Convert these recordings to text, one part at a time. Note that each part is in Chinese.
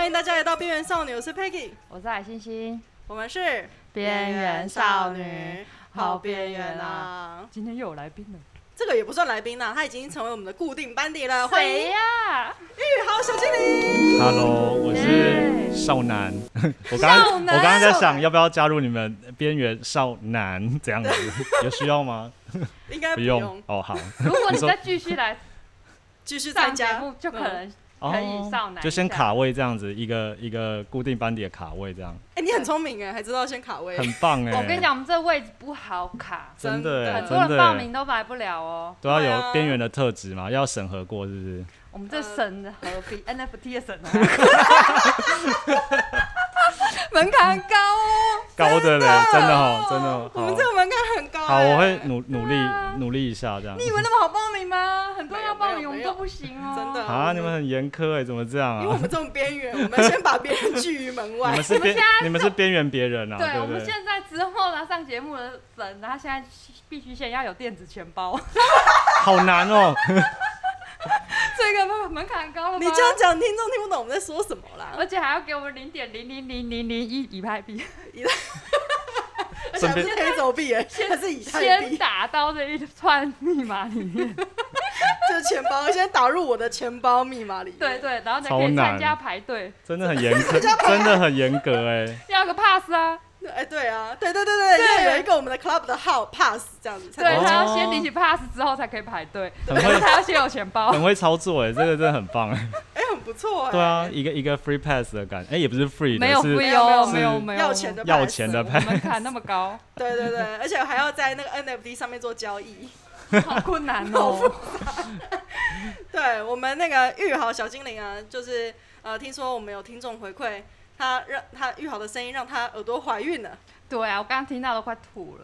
迎大家来到边缘少女，我是 Peggy， 我是海星星， 我们是边缘少女， 好边缘啊！ 今天又有来宾了， 这个也不算来宾啦，他已经成为我们的固定班底了。欢迎谁呀？ 玉豪小精灵。 Hello， 我是少男。我刚刚在想要不要加入你们边缘少男这样子，有需要吗？ 应该不用哦。好， 如果你再继续来继续参加节目，就可能可以少男， 就先卡位这样子，一个固定班底的卡位这样。 你很聪明哎，还知道先卡位， 很棒哎。 我跟你讲，我们这个位置不好卡， 真的很多人报名都来不了哦。 都要有边缘的特质嘛，要审核过是不是？ 我们这审核比 NFT 的审核门槛很高哦， 高的嘞，真的哦，真的。 我们这个门槛很高。 好，我会努力一下这样。 你以为那么好报名吗？很多人要报名，我们都不行哦。 真的啊，你们很严苛哎，怎么这样啊？ 因为我们这种边缘，我们先把别人拒于门外。 你们是边缘别人啊？ 对，我们现在之后呢，上节目的人，他现在必须先要有电子钱包。 好难哦。 这个门槛高了吧？ 你这样讲，听众听不懂我们在说什么啦。 而且还要给我们0.0000001以太币， 而且还不是黑手币耶，还是以太币。 先打到这一串密码里面， 就是钱包，先打入我的钱包密码里面。 对对，然后才可以参加排队。 真的很严格，真的很严格哎。 要个 pass 啊！ 对啊，对，要有一个我们的 club 的号 pass 这样子。 对，他要先领取 pass 之后才可以排队，他要先有钱包。 很会操作哎，这个真的很棒哎。 很不错哎。 对啊，一个 free pass 的感觉，也不是 free 的， 没有 free 哦，没有要钱的 pass， 门槛那么高。 对，而且还要在那个 NFT 上面做交易， 好困难哦。 对，我们那个玉豪小精灵啊，就是听说我们有听众回馈。他玉豪的声音让他耳朵怀孕了。 对啊，我刚刚听到都快吐了。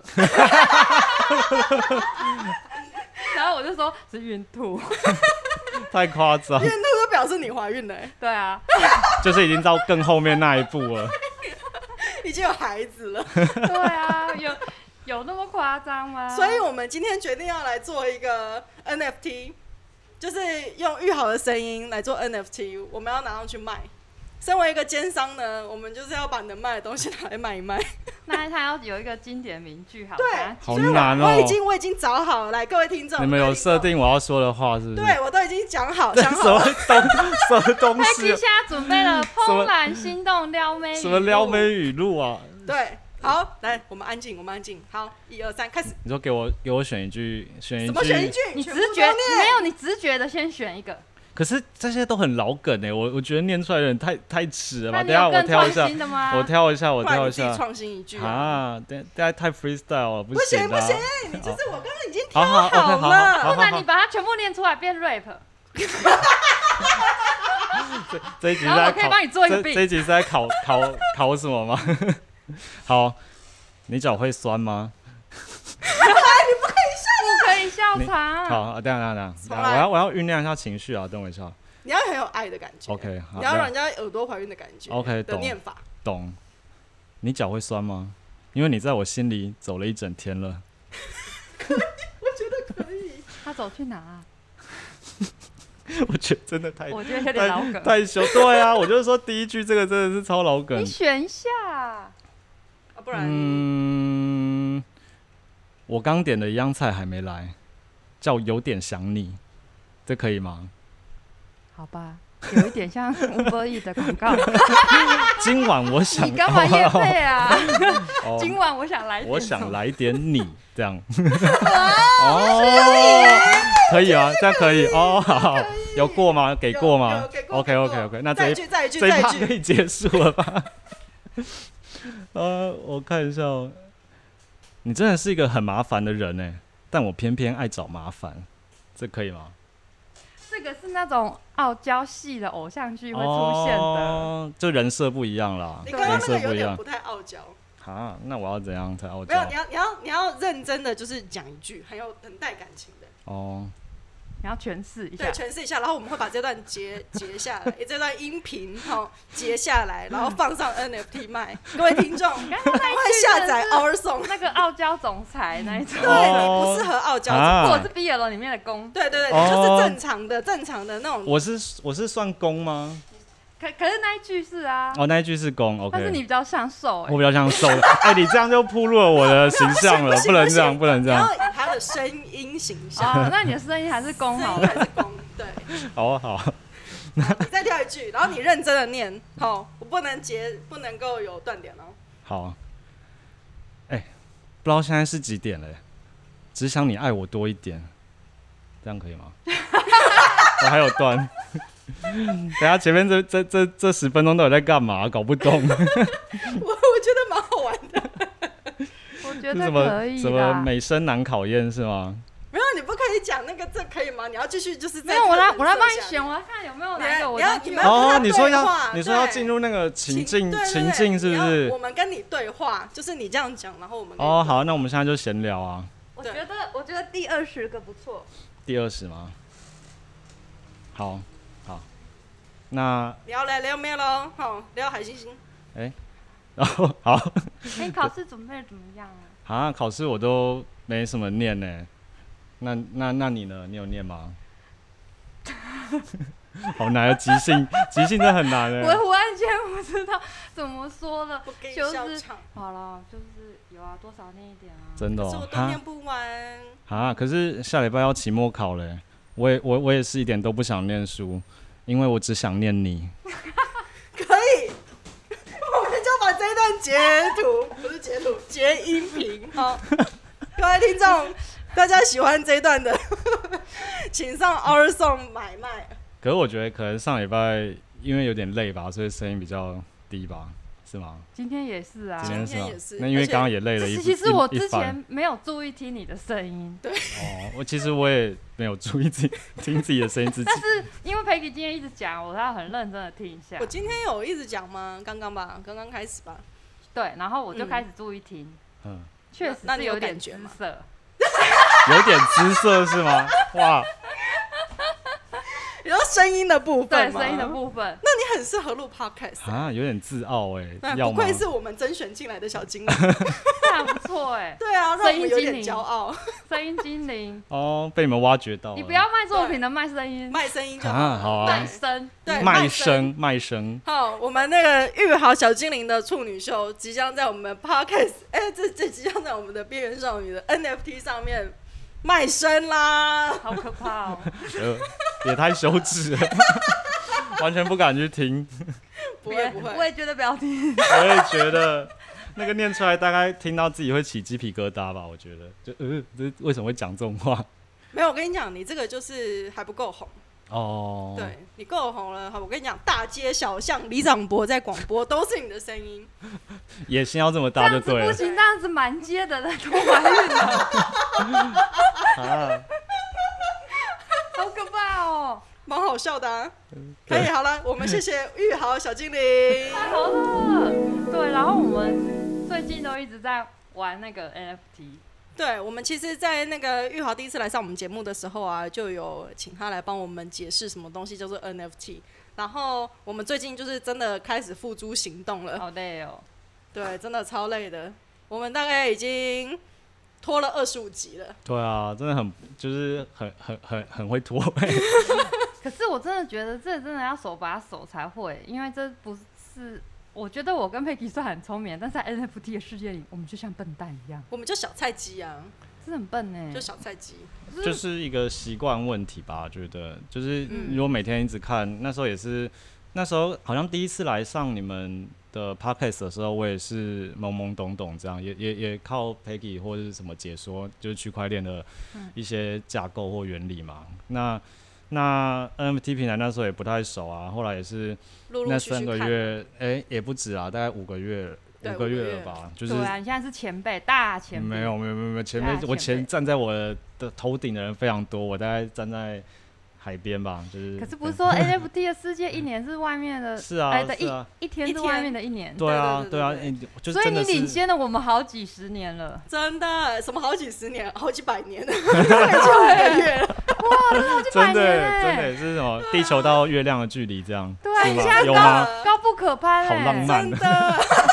然后我就说是孕吐。 太夸张。 孕吐就表示你怀孕了。 对啊。 就是已经到更后面那一步了。 已经有孩子了。 对啊，有那么夸张吗？ 所以我们今天决定要来做一个 NFT， 就是用玉豪的声音来做 NFT， 我们要拿上去卖。身为一个奸商呢，我们就是要把能卖的东西拿来卖一卖。 那他要有一个经典名句，好。 对， 好难哦。 我已经找好了，来各位听众。 你们有设定我要说的话是不是？ 对，我都已经想好了。什么东西？ 现在准备了怦然心动撩妹语录。 什么撩妹语录啊？ 对，好，来，我们安静。好，1、2、3，开始。 你说给我选一句。 什么选一句？ 你直觉没有？你直觉的先选一个。 可是这些都很老梗哎，我觉得念出来有点太迟了吧？ 等一下我挑一下， 我挑一下。 你自己创新一句啊！等下太 freestyle 了，不行。 你就是我刚刚已经挑好了。 不然你把它全部念出来变 rap。 这一集我可以帮你做一个 beat。 这一集是在考什么吗？好，你脚会酸吗？ 不可以笑场。 好，等下，我要酝酿一下情绪啊，等我一下。 你要很有爱的感觉。 OK， 好。 你要让人家耳朵怀孕的感觉。 OK， 的念法。 懂。你脚会酸吗？因为你在我心里走了一整天了。 可以，我觉得可以。 他走去哪啊？ 我觉得真的我觉得有点老梗。 太羞。对啊，我就是说第一句这个真的是超老梗。 你选一下。 不然。 我刚点的央菜还没来，叫有点想你，这可以吗？ 好吧，有一点像 Uber Eats 的广告。 今晚我想， 你干嘛业配啊？今晚我想来点你这样。可以啊，这样可以哦。好，有过吗？给过吗 ？OK， 那这一趴可以结束了吧？我看一下哦。你真的是一个很麻烦的人哎，但我偏偏爱找麻烦，这可以吗？ 这个是那种傲娇系的偶像剧会出现的， 就人设不一样啦。 你刚刚那个有点不太傲娇。 啊，那我要怎样才傲娇？ 没有，你要认真的，就是讲一句很带感情的。 哦。你要诠释一下， 对，诠释一下，然后我们会把这段截下来，这段音频截下来，然后放上 NFT 卖。各位听众，赶快下载 Our Song 那个傲娇总裁那一种。 对，你不适合傲娇， 我是 BL 里面的攻。 对，就是正常的那种。 我是算攻吗？ 可是那一句是啊， 哦，那一句是攻 ，OK。 但是你比较像受， 我比较像受。哎，你这样就暴露了我的形象了，不能这样，不能这样。 你要以他的声音形象。 那你的声音还是攻好了，还是攻，对。 好好。 你再跳一句，然后你认真的念，好，我不能够有断点哦。 好。不知道现在是几点了，只想你爱我多一点，这样可以吗？我还有段。等下前面这10分钟到底在干嘛？搞不懂。我觉得蛮好玩的。 我觉得可以啦。 什么美声难考验是吗？ 没有，你不可以讲那个，这可以吗？你要继续就是没有，我来帮你选，我要看有没有哪个我要哦，你说要进入那个情境是不是？ 我们跟你对话，就是你这样讲，然后我们哦好，那我们现在就闲聊啊。 我觉得第20个不错。 第20吗？好，那聊来聊没喽？好，聊海星星。 然后好。 考试准备怎么样啊？ 啊，考试我都没什么念呢。那你呢？你有念吗？好难啊，即兴真的很难我忽然间不知道怎么说了， 就是好了，就是有啊，多少念一点啊。 真的可是我都念不完啊！可是下礼拜要期末考了，我也是一点都不想念书，因为我只想念你。 可以，我们就把这一段截图，不是截图，截音频。好，各位听众。大家喜欢这一段的，请上 Our Song 买卖。 可是我觉得可能上礼拜因为有点累吧，所以声音比较低吧，是吗？ 今天也是啊， 今天也是。 那因为刚刚也累了一。 其实我之前没有注意听你的声音。 对。 哦，其实我也没有注意听自己的声音自己。 但是因为 Peggy 今天一直讲，我要很认真的听一下。 我今天有一直讲吗？刚刚开始吧。 对，然后我就开始注意听。确实是有点姿色。 有点姿色是吗？哇！ 你说声音的部分吗？ 对，声音的部分。 那你很适合录 podcast 啊，有点自傲不愧是我们甄选进来的小精灵， 这样不错对啊，让我们有点骄傲。 声音精灵哦，被你们挖掘到了。 你不要卖作品的，卖声音， 卖声音就好。 好啊， 卖声， 对， 卖声。 好，我们那个育好小精灵的处女秀即将在我们 podcast， 这即将在我们的边缘少女的 NFT 上面。卖身啦， 好可怕哦！ 也太羞耻了，完全不敢去听。 不会， 我也觉得不要听。 我也觉得那个念出来，大概听到自己会起鸡皮疙瘩吧。我觉得，这为什么会讲这种话？ 没有，我跟你讲，你这个就是还不够红。 哦， 对，你够红了。好，我跟你讲，大街小巷李长博在广播都是你的声音。 野心要这么大就对了。 不行，这样子满街的人都怀孕了。好可怕哦， 蛮好笑的啊。可以，好了，我们谢谢育好小精灵。 太好了，对，然后我们最近都一直在玩那个 NFT。 对，我们其实，在那个育豪第一次来上我们节目的时候啊，就有请他来帮我们解释什么东西叫做 NFT。然后我们最近就是真的开始付诸行动了。 好累哦。对， 真的超累的。我们大概已经拖了25集了。 对啊，真的就是很会拖。 可是我真的觉得这真的要手把手才会，因为这不是。我觉得我跟佩奇算很聪明，但是在 NFT 的世界里，我们就像笨蛋一样。 我们就小菜鸡啊， 真的很笨呢， 就小菜鸡。 就是一个习惯问题吧，觉得就是如果每天一直看，那时候好像第一次来上你们的 podcast 的时候，我也是懵懵懂懂这样，也靠 Peggy 或者是什么解说，就是区块链的一些架构或原理嘛。那 NFT 平台那时候也不太熟啊，后来也是那3个月，也不止啊，大概5个月了吧。就是对啊，你现在是前辈，大前辈。 没有，前辈，我站在我的头顶的人非常多，我大概站在海边吧，就是。 可是不是说 NFT 的世界1年是外面的， 是啊， 一天是外面的1年。 对啊， 所以你领先了我们好几十年了。 真的，什么好几十年，好几百年了，就5个月了。 哇，真的好几百年真的是什么地球到月亮的距离这样？ 对，你现在高不可攀， 好浪漫。 真的。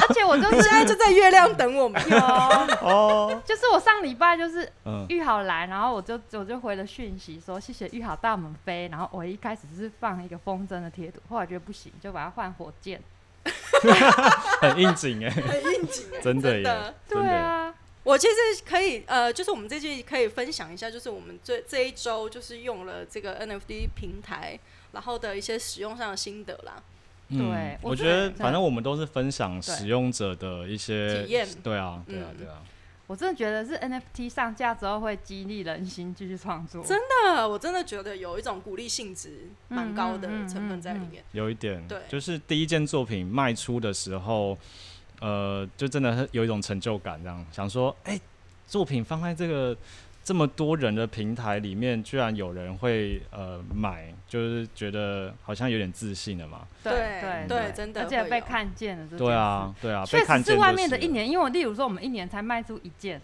而且我就是现在就在月亮等我们。 有就是我上礼拜就是玉好来，然后我就回了讯息说谢谢玉好带我们飞，然后我一开始是放一个风筝的贴图，后来觉得不行，就把它换火箭。 很应景很应景真的耶， 对啊。 我其实可以就是我们这季可以分享一下，就是我们这一周就是用了这个 NFT 平台，然后的一些使用上的心得啦。 对， 我觉得反正我们都是分享使用者的一些体验。 对啊。 我真的觉得是 NFT 上架之后会激励人心继续创作。 真的，我真的觉得有一种鼓励性质蛮高的成分在里面。 有一点， 对， 就是第一件作品卖出的时候，就真的有一种成就感，这样想说，作品放在这么多人的平台里面，居然有人会买，就是觉得好像有点自信了嘛。 对，真的， 而且被看见了。 对啊， 确实是外面的一年，因为例如说我们一年才卖出1件，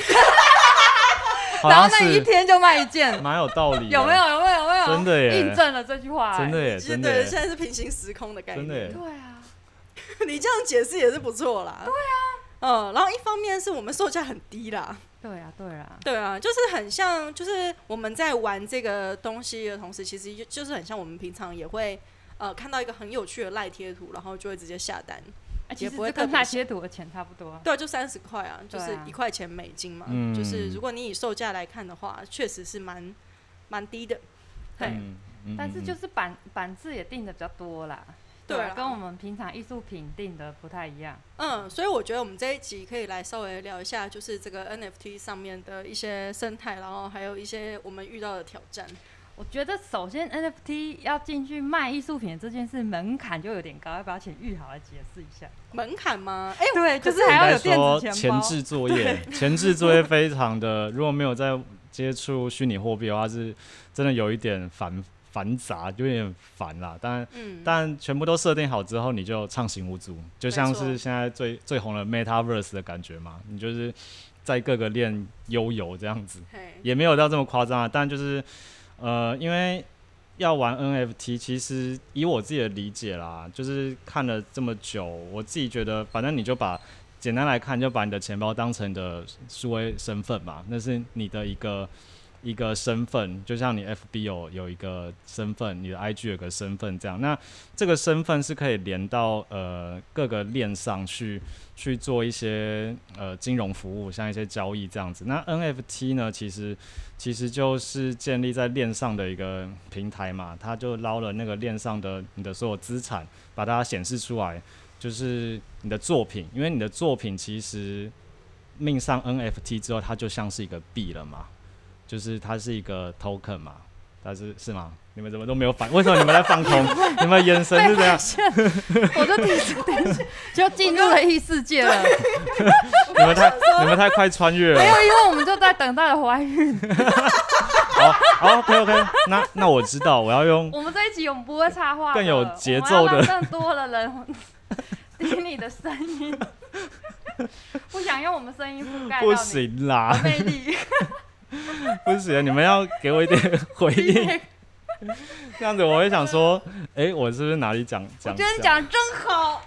然后那一天就卖1件， 蛮有道理。 有没有？ 真的耶， 印证了这句话。 真的耶， 真的。现在是平行时空的概念。 真的耶。 对啊， 你这样解释也是不错啦。 对啊。 然后一方面是我们售价很低啦。 对啊， 就是很像，就是我们在玩这个东西的同时，其实就是很像我们平常也会看到一个很有趣的赖贴图，然后就会直接下单， 也不会跟赖贴图的钱差不多。 对，就30块啊，就是1块钱美金嘛。就是如果你以售价来看的话，确实是蛮低的。对， 但是就是版字也定的比较多啦。对，跟我们平常艺术品定的不太一样。 所以我觉得我们这一集可以来稍微聊一下，就是这个 NFT 上面的一些生态，然后还有一些我们遇到的挑战。 我觉得首先 NFT 要进去卖艺术品这件事门槛就有点高，要不要请玉好来解释一下？ 门槛吗？ 对，就是还要有电子钱包。 前置作业，前置作业非常的，如果没有在接触虚拟货币的话，是真的有一点繁杂，有点烦啦。但全部都设定好之后，你就畅行无阻，就像是现在最红的 Metaverse 的感觉嘛。你就是在各个链悠游这样子，也没有到这么夸张啊。但就是因为要玩 NFT， 其实以我自己的理解啦，就是看了这么久，我自己觉得，反正你就简单来看，就把你的钱包当成你的数位身份嘛，那是你的一个身份，就像你 FB 有一个身份，你的 IG 有个身份这样。那这个身份是可以连到各个链上去做一些金融服务，像一些交易这样子。那 NFT 呢，其实就是建立在链上的一个平台嘛，它就捞了那个链上的你的所有资产，把它显示出来，就是你的作品。因为你的作品其实命上 NFT 之后，它就像是一个币了嘛。就是它是一个 token 嘛，是吗？你们怎么都没有反？为什么你们在放空？你们眼神是这样？ 我就就进入了异世界了。 你们太快穿越了。 没有，因为我们就在等待怀孕。 好 ，OK， 那我知道，我要用。 我们这一集我们不会插话， 更有节奏的， 更多的人听你的声音。不想用我们声音覆盖到你。 不行啦， 魅力。 不行，你们要给我一点回应，这样子我会想说，我是不是哪里讲？我觉得你讲的真好。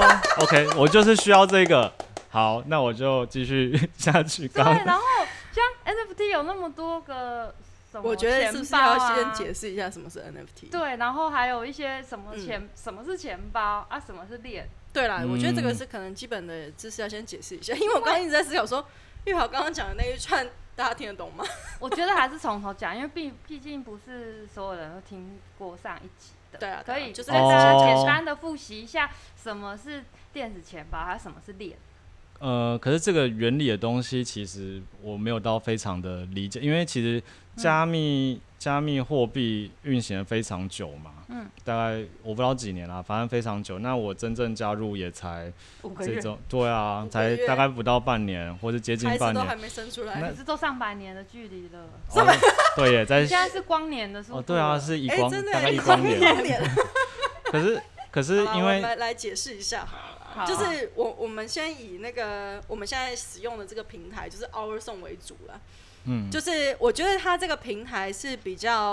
OK， 我就是需要这个。好，那我就继续下去。 对，然后像 NFT 有那么多个什么钱包啊， 我觉得是不是要先解释一下什么是 NFT？ 对，然后还有一些什么什么是钱包啊，什么是链？ 对啦，我觉得这个是可能基本的知识要先解释一下，因为我刚刚一直在思考说，玉豪刚刚讲的那一串。大家听得懂吗？ 我觉得还是从头讲，因为毕竟不是所有人都听过上一集的。 对啊， 可以就是大家简单的复习一下什么是电子钱包，还有什么是链。 可是这个原理的东西，其实我没有到非常的理解，因为其实加密货币运行了非常久嘛，大概我不知道几年啦，反正非常久。那我真正加入也才 5个月， 对啊，才大概不到半年，或者接近半年，孩子都还没生出来， 可是都上百年的距离了。 对耶， 现在是光年的速度。 对啊，是一光，大概1光年。可是因为我们来解释一下好了。就是我们先以那个我们现在使用的这个平台就是 OurSong 为主啦。就是我觉得它这个平台是比较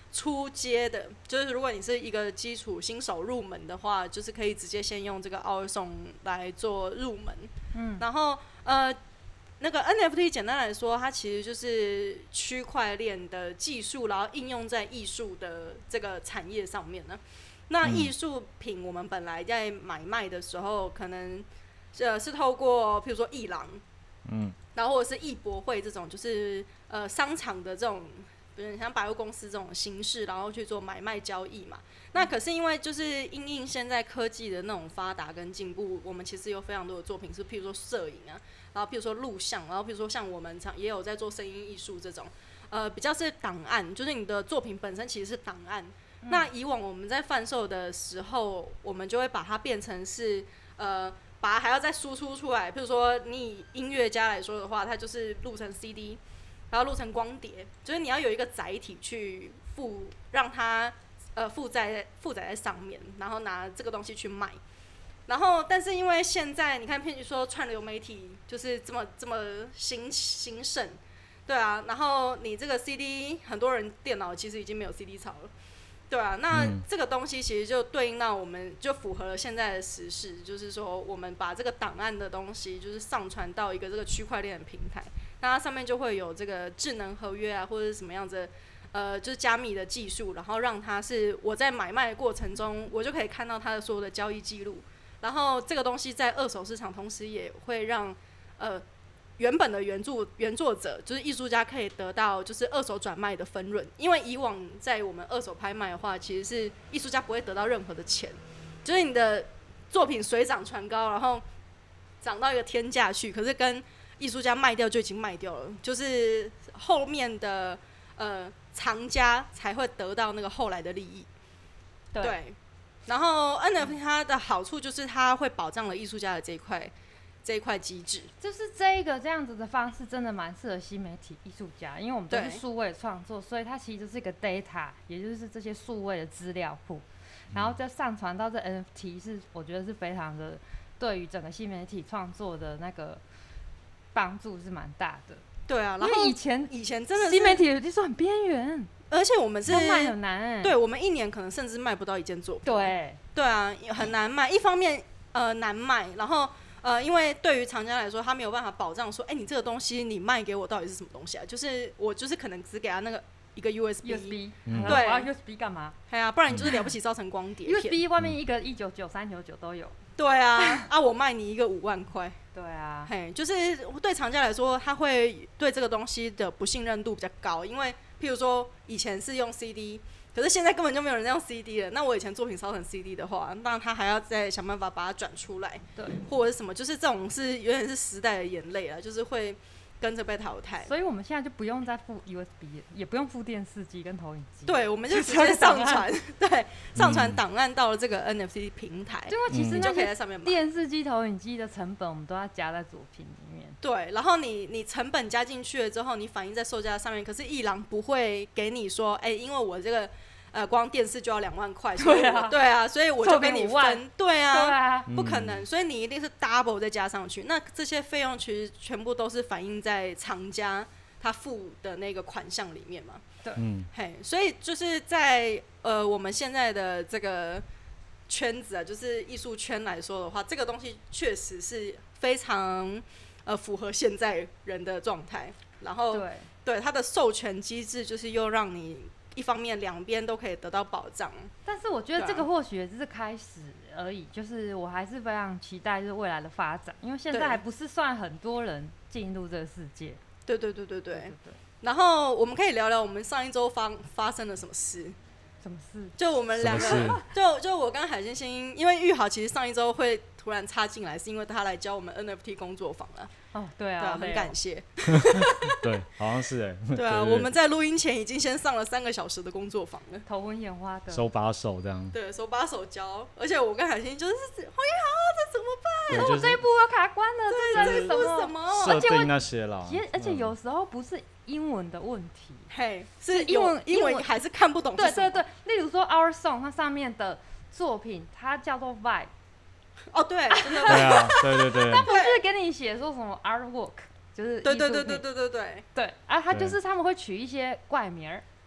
初阶的，就是如果你是一个基础新手入门的话，就是可以直接先用这个 OurSong 来做入门。然后那个 NFT 简单来说，它其实就是区块链的技术，然后应用在艺术的这个产业上面呢。那艺术品我们本来在买卖的时候，可能是透过譬如说艺廊，然后或者是艺博会这种，就是商场的这种，比如像百货公司这种形式，然后去做买卖交易嘛。那可是因为就是因应现在科技的那种发达跟进步，我们其实有非常多的作品是譬如说摄影啊，然后譬如说录像，然后譬如说像我们也有在做声音艺术这种，比较是档案，就是你的作品本身其实是档案。那以往我们在贩售的时候，我们就会把它变成是把它还要再输出出来。譬如说你以音乐家来说的话，它就是录成 CD， 然后录成光碟，就是你要有一个载体去让它负载在上面，然后拿这个东西去卖。然后但是因为现在你看，譬如说串流媒体就是这么兴盛，对啊，然后你这个 CD 很多人电脑其实已经没有 CD 槽了。对啊，那这个东西其实就对应到我们就符合了现在的时事，就是说我们把这个档案的东西就是上传到一个这个区块链的平台，那它上面就会有这个智能合约啊，或者是什么样子就是加密的技术，然后让它是我在买卖的过程中，我就可以看到它的所有的交易记录，然后这个东西在二手市场同时也会让原本的原作者就是艺术家可以得到就是二手转卖的分润，因为以往在我们二手拍卖的话，其实是艺术家不会得到任何的钱，就是你的作品水涨船高，然后涨到一个天价去，可是跟艺术家卖掉就已经卖掉了，就是后面的藏家才会得到那个后来的利益。对，然后 NFT 它的好处就是它会保障了艺术家的这一块机制， 就是这样子的方式真的蛮适合新媒体艺术家，因为我们都是数位创作，所以它其实就是一个 data， 也就是这些数位的资料库，然后再上传到这 NFT 是我觉得是非常的对于整个新媒体创作的那个帮助是蛮大的。 对啊，然后因为以前真的是新媒体技术很边缘， 而且我们是卖很难对，我们一年可能甚至卖不到一件作品。对啊，很难卖。一方面难卖，然后因为对于厂家来说，他没有办法保障说，你这个东西你卖给我到底是什么东西啊？就是我就是可能只给他那个一个 USB， 对，我要 USB 干嘛？ 对啊，不然你就是了不起造成光碟片。 USB 外面一个199、399都有。 对啊，我卖你一个5万块。 对啊， 就是对厂家来说，他会对这个东西的不信任度比较高，因为譬如说以前是用 CD， 可是现在根本就没有人在用 CD 了。那我以前作品烧成 CD 的话，那他还要再想办法把它转出来， 对， 或者是什么，就是这种是有点是时代的眼泪了，就是会跟着被淘汰。 所以我们现在就不用再附 USB， 也不用附电视机跟投影机， 对，我们就直接上传，对，上传档案到了这个 NFT 平台， 因为其实就可以在上面买。 电视机、投影机的成本我们都要加在作品里面。 对，然后你成本加进去了之后，你反映在售价上面，可是艺廊不会给你说，因为我这个光电视就要2万块，所以对啊，所以我就跟你分，对啊，不可能，所以你一定是 double 再加上去。那这些费用其实全部都是反映在厂家他付的那个款项里面嘛。对，所以就是在我们现在的这个圈子啊，就是艺术圈来说的话，这个东西确实是非常符合现在人的状态。然后对它的授权机制，就是又让你一方面两边都可以得到保障。 但是我觉得这个或许也只是开始而已，就是我还是非常期待就是未来的发展，因为现在还不是算很多人进入这个世界。对。然后我们可以聊聊我们上一周发生了什么事。 什么事？ 就我们两个，就我跟海鲜星，因为玉豪其实上一周会突然插进来，是因为他来教我们 NFT 工作坊了。 对啊， 很感谢。 对，好像是对啊，我们在录音前已经先上了3个小时的工作坊了， 头昏眼花的， 手把手这样。 对，手把手教，而且我跟海星就是黄玉豪，这怎么办？ 我这一步要卡关了，这是什么？ 设定那些啦。 而且有时候不是英文的问题， 是英文还是看不懂。 对，例如说 OurSong 它上面的作品，它叫做 Vibe。 对，真的。 对啊，对。 他不是给你写说什么 artwork， 就是对， 对，他就是他们会取一些怪名儿，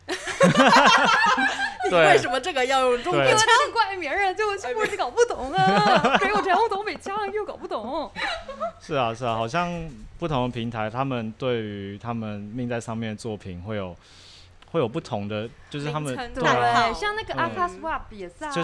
你为什么这个要用中国腔？ 怪别人就是我搞不懂啊，给我讲东北腔又搞不懂。 是啊，好像不同的平台，他们对于他们命在上面的作品会有不同的，就是他们对，像那个 Akaswap 也是啊， 就是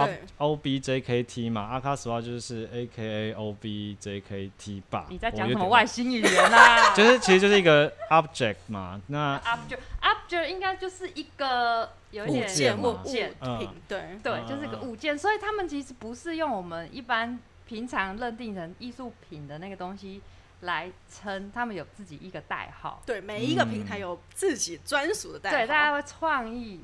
OBJKT 嘛 ，Akaswap 就是 AKA OBJKT 吧。 你在讲什么外星语言啦？ 其实就是一个 object 嘛，那 object 应该就是一个有一点物件品，对， 就是个物件，所以他们其实不是用我们一般平常认定成艺术品的那个东西来称，他们有自己一个代号。 对，每一个平台有自己专属的代号。 对，大家会创意。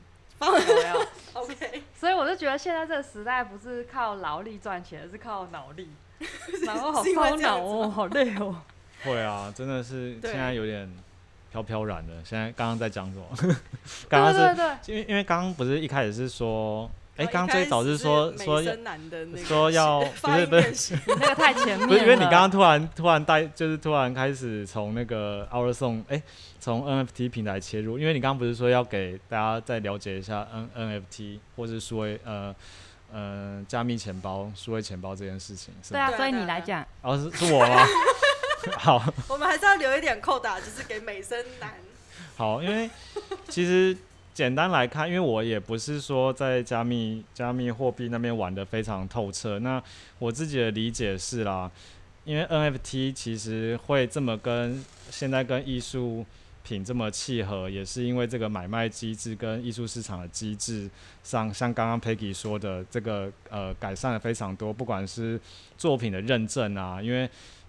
OK， 所以我就觉得现在这个时代不是靠劳力赚钱，而是靠脑力，然后好烧脑哦，好累哦。 会啊，真的是现在有点飘飘然的。现在刚刚在讲什么？刚刚是因为刚刚不是一开始是说。刚刚最早是说要不是那个太前面了， 不是因为你刚刚突然开始从那个 Our Song 从 NFT 平台切入，因为你刚刚不是说要给大家再了解一下 NFT 或是数位加密钱包、数位钱包这件事情，是吗？对啊，所以你来讲， 是我吗？好， 我们还是要留一点扣打，就是给美声男。 好，因为其实。简单来看，因为我也不是说在加密货币那边玩得非常透彻，那我自己的理解是啦，因为 NFT 其实会这么现在跟艺术品这么契合，也是因为这个买卖机制跟艺术市场的机制上，像刚刚 Peggy 说的，这个改善了非常多，不管是作品的认证啊，因为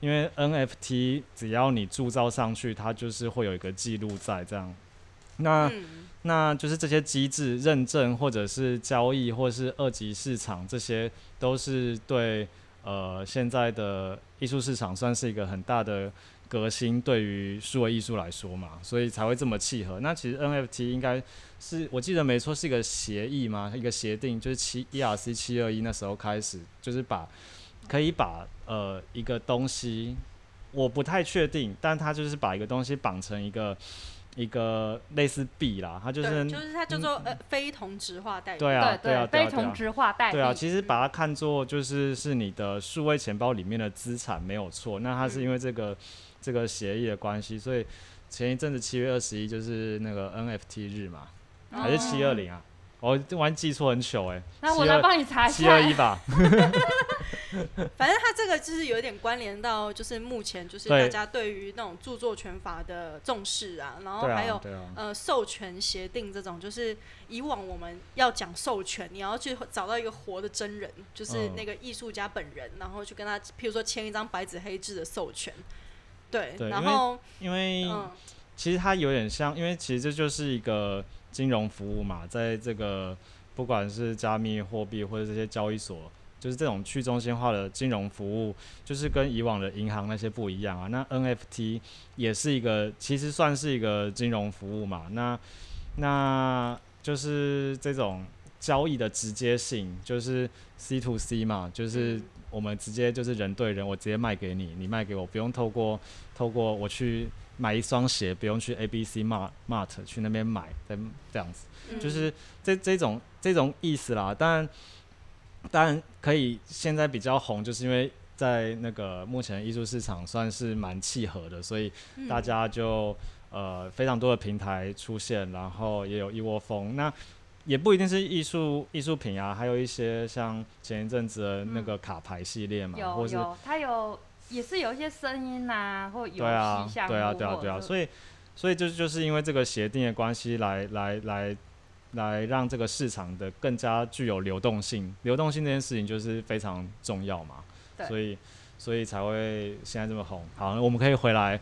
NFT 只要你铸造上去，它就是会有一个记录在这样，那就是这些机制认证或者是交易或是二级市场，这些都是对现在的艺术市场算是一个很大的革新，对于数位艺术来说嘛，所以才会这么契合。那其实 NFT 应该是我记得没错是一个协议嘛，一个协定，就是ERC 721那时候开始，就是可以把一个东西，我不太确定，但它就是把一个东西绑成一个类似币啦，它就是它叫做非同质化代币。 对啊， 非同质化代币。 对啊，其实把它看作是你的数位钱包里面的资产没有错。那它是因为这个协议的关系，所以前一阵子7月21就是那个 NFT 日嘛，还是720啊？我完记错很糗那我来帮你查一下。 721吧。 反正它这个就是有点关联到，就是目前就是大家对于那种著作权法的重视啊，然后还有授权协定这种，就是以往我们要讲授权，你要去找到一个活的真人，就是那个艺术家本人，然后去跟他，譬如说签一张白纸黑字的授权，对，然后因为其实它有点像，因为其实这就是一个金融服务嘛，在这个不管是加密货币或者这些交易所。就是这种去中心化的金融服务，就是跟以往的银行那些不一样啊。那 NFT 也是一个，其实算是一个金融服务嘛。那就是这种交易的直接性，就是 C to C 嘛，就是我们直接就是人对人，我直接卖给你，你卖给我，不用透过我去买一双鞋，不用去 ABC Mart 去那边买，这样子，就是这种意思啦。当然可以，现在比较红，就是因为在那个目前的艺术市场算是蛮契合的，所以大家就非常多的平台出现，然后也有一窝蜂。那也不一定是艺术品啊，还有一些像前一阵子的那个卡牌系列嘛， 有它也是有一些声音啊，或游戏项目。 对啊，所以就是因为这个协定的关系来让这个市场的更加具有流动性，流动性这件事情就是非常重要嘛，所以才会现在这么红。好，我们可以回来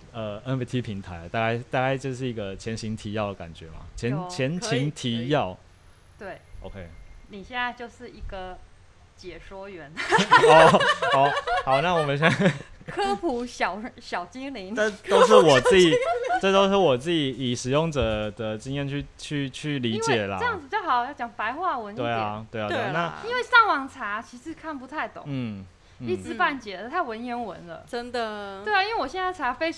NFT 平台，大概就是一个前情提要的感觉嘛，前情提要。 对 ，OK。 你现在就是一个解说员。 好，那我们现在科普小精灵。 这都是我自己以使用者的经验去理解啦。 这样子就好，要讲白话文一点。 对啊。那因为上网查其实看不太懂，一知半解的，太文言文了， 真的。 对啊，因为我现在查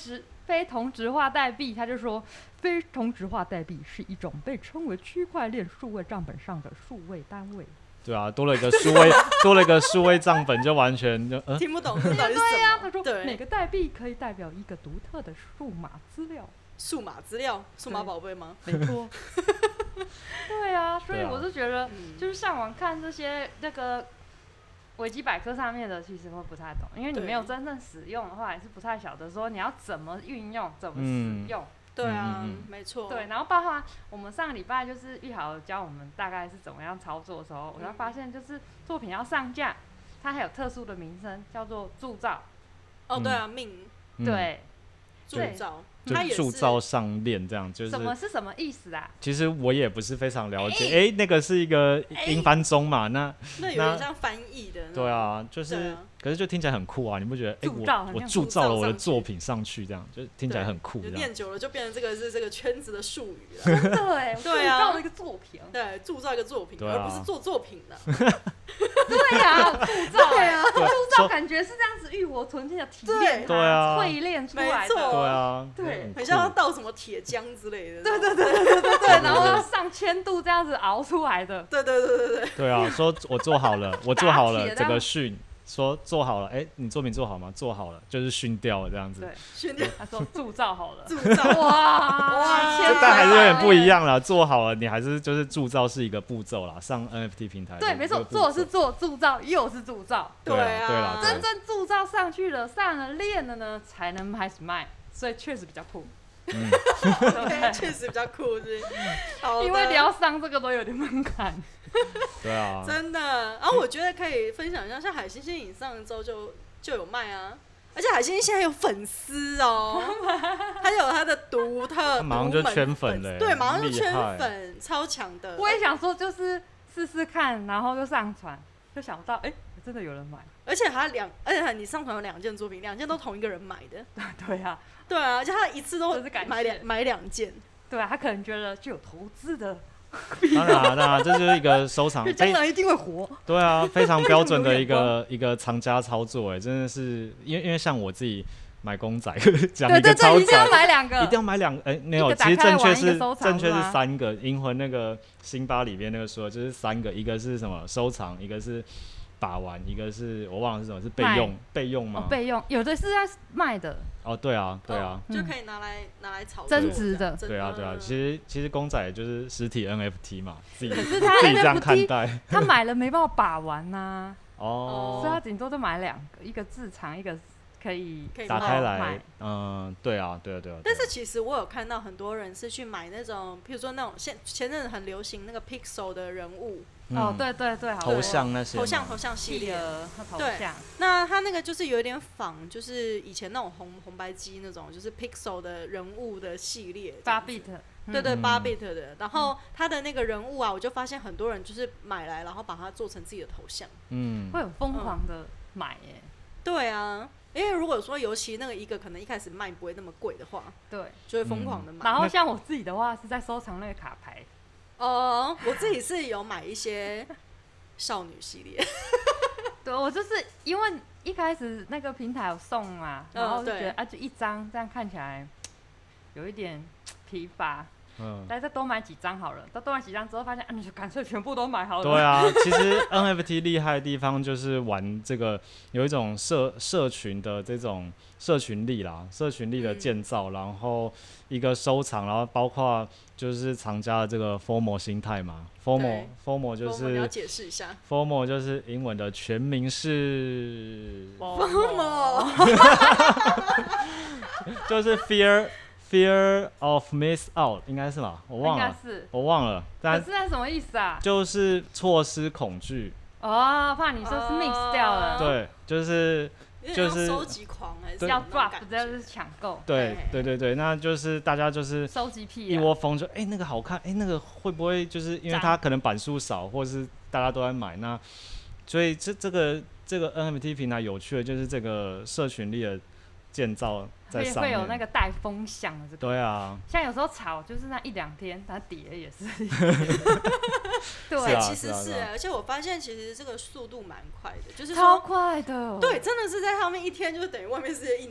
非同质化代币，他就说非同质化代币是一种被称为区块链数位账本上的数位单位。 对啊，多了一个数位账本，就完全就听不懂这到底是什么。 对啊，他说每个代币可以代表一个独特的数码资料。 数码资料，数码宝贝吗？ 没错。对啊，所以我是觉得，就是上网看这些那个维基百科上面的，其实会不太懂，因为你没有真正使用的话，也是不太晓得说你要怎么运用，怎么使用。 对啊，没错。 对，然后包括我们上个礼拜就是玉豪教我们大概是怎么样操作的时候，我才发现就是作品要上架，它还有特殊的名称，叫做铸造。 哦，对啊，命。 对， 铸造。 就铸造上链这样，就是什么是什么意思啊？ 其实我也不是非常了解。那个是一个英翻中嘛？那有点像翻译的。 对啊，就是，可是就听起来很酷啊！你不觉得？我铸造了我的作品上去，这样就听起来很酷。 念久了就变成这个圈子的术语了。 真的哎， 对啊， 铸造了一个作品。 对，铸造一个作品，而不是做作品的。 对啊，铸造。对啊，铸造感觉是这样子浴火纯青的提炼， 对啊， 淬炼出来的。 对啊， 对， 很像要倒什么铁浆之类的。 对，然后要上千度这样子熬出来的。 对。 对啊，说我做好了，这个训。说做好了，你作品做好吗？做好了，就是训掉了这样子。 对， 训掉。 他说铸造好了， 铸造哇， 但还是有点不一样啦。做好了，你还是就是铸造是一个步骤啦。上 NFT 平台， 对，没错，做是做，铸造又是铸造。 对啊， 真正铸造上去了，上了链了呢，才能开始卖，所以确实比较酷。 确实比较酷，是。 因为你要上这个都有点门槛。 对啊， 真的。然后我觉得可以分享一下，像海星星影上周就有卖啊，而且海星星现在有粉丝哦，他有他的独特， 马上就圈粉了， 对，马上就圈粉，超强的。 我也想说，就是试试看，然后就上传，就想到真的有人买， 而且你上传有2件作品，2件都同一个人买的。 对啊， 而且他一次都买2件。对啊，他可能觉得具有投资的。 当然，这就是一个收藏， 将来一定会活。 对啊，非常标准的一个藏家操作，真的是因为像我自己买公仔，讲一个超载，一定要买2个， 一定要买2个，没有，其实正确是3个。银魂那个辛巴里面那个说就是3个，一个是什么收藏，一个是把玩，一个是我忘了是什么，是备用吗？ 备用，有的是在卖的。 哦，对啊， 就可以拿来炒增值的。 对啊，其实公仔就是实体 NFT 嘛，自己这样看待。 他买了没办法把玩呐， 所以他顶多都买2个，一个自藏，一个可以打开来。对啊。 但是其实我有看到很多人是去买那种，譬如说那种前阵子很流行那个 Pixel 的人物。 对， 头像那些头像系列， 对， 那他那个就是有点仿，就是以前那种红白机那种，就是 Pixel 的人物的系列 ，8bit， 对8bit 的。然后他的那个人物啊，我就发现很多人就是买来，然后把它做成自己的头像， 会很疯狂的买耶。 对啊，因为如果说尤其那个一个可能一开始卖不会那么贵的话， 对， 就会疯狂的买。 然后像我自己的话是在收藏那个卡牌。 我自己是有买一些少女系列。 对，我就是因为一开始那个平台有送嘛，然后就觉得就一张这样看起来有一点疲乏。但再多买几张好了。多买几张之后，发现你就干脆全部都买好了。 对啊，其实 NFT 厉害的地方就是玩这个，有一种社群的这种社群力啦，社群力的建造，然后一个收藏，然后包括就是藏家的这个 FOMO 心态嘛。FOMO 就是你要解释一下 ，FOMO 就是英文的全名是 FOMO， 就是 Fear of miss out 应该是吧？我忘了。 可是那什么意思啊？ 就是错失恐惧。 怕你说是 miss 掉了。 对，就是收集狂还是要 drop， 就是抢购。 对，那就是大家就是收集癖， 一窝蜂就那个好看，那个会不会就是因为它可能版数少，或是大家都在买，那所以这个 NFT 平台有趣的就是这个社群力的建造在上面， 会有那个带风向的这个。 对啊， 像有时候炒就是那1-2天，它跌也是。 对，其实是，而且我发现其实这个速度蛮快的，就是超快的。 对，真的是在上面1天就等于外面世界1年。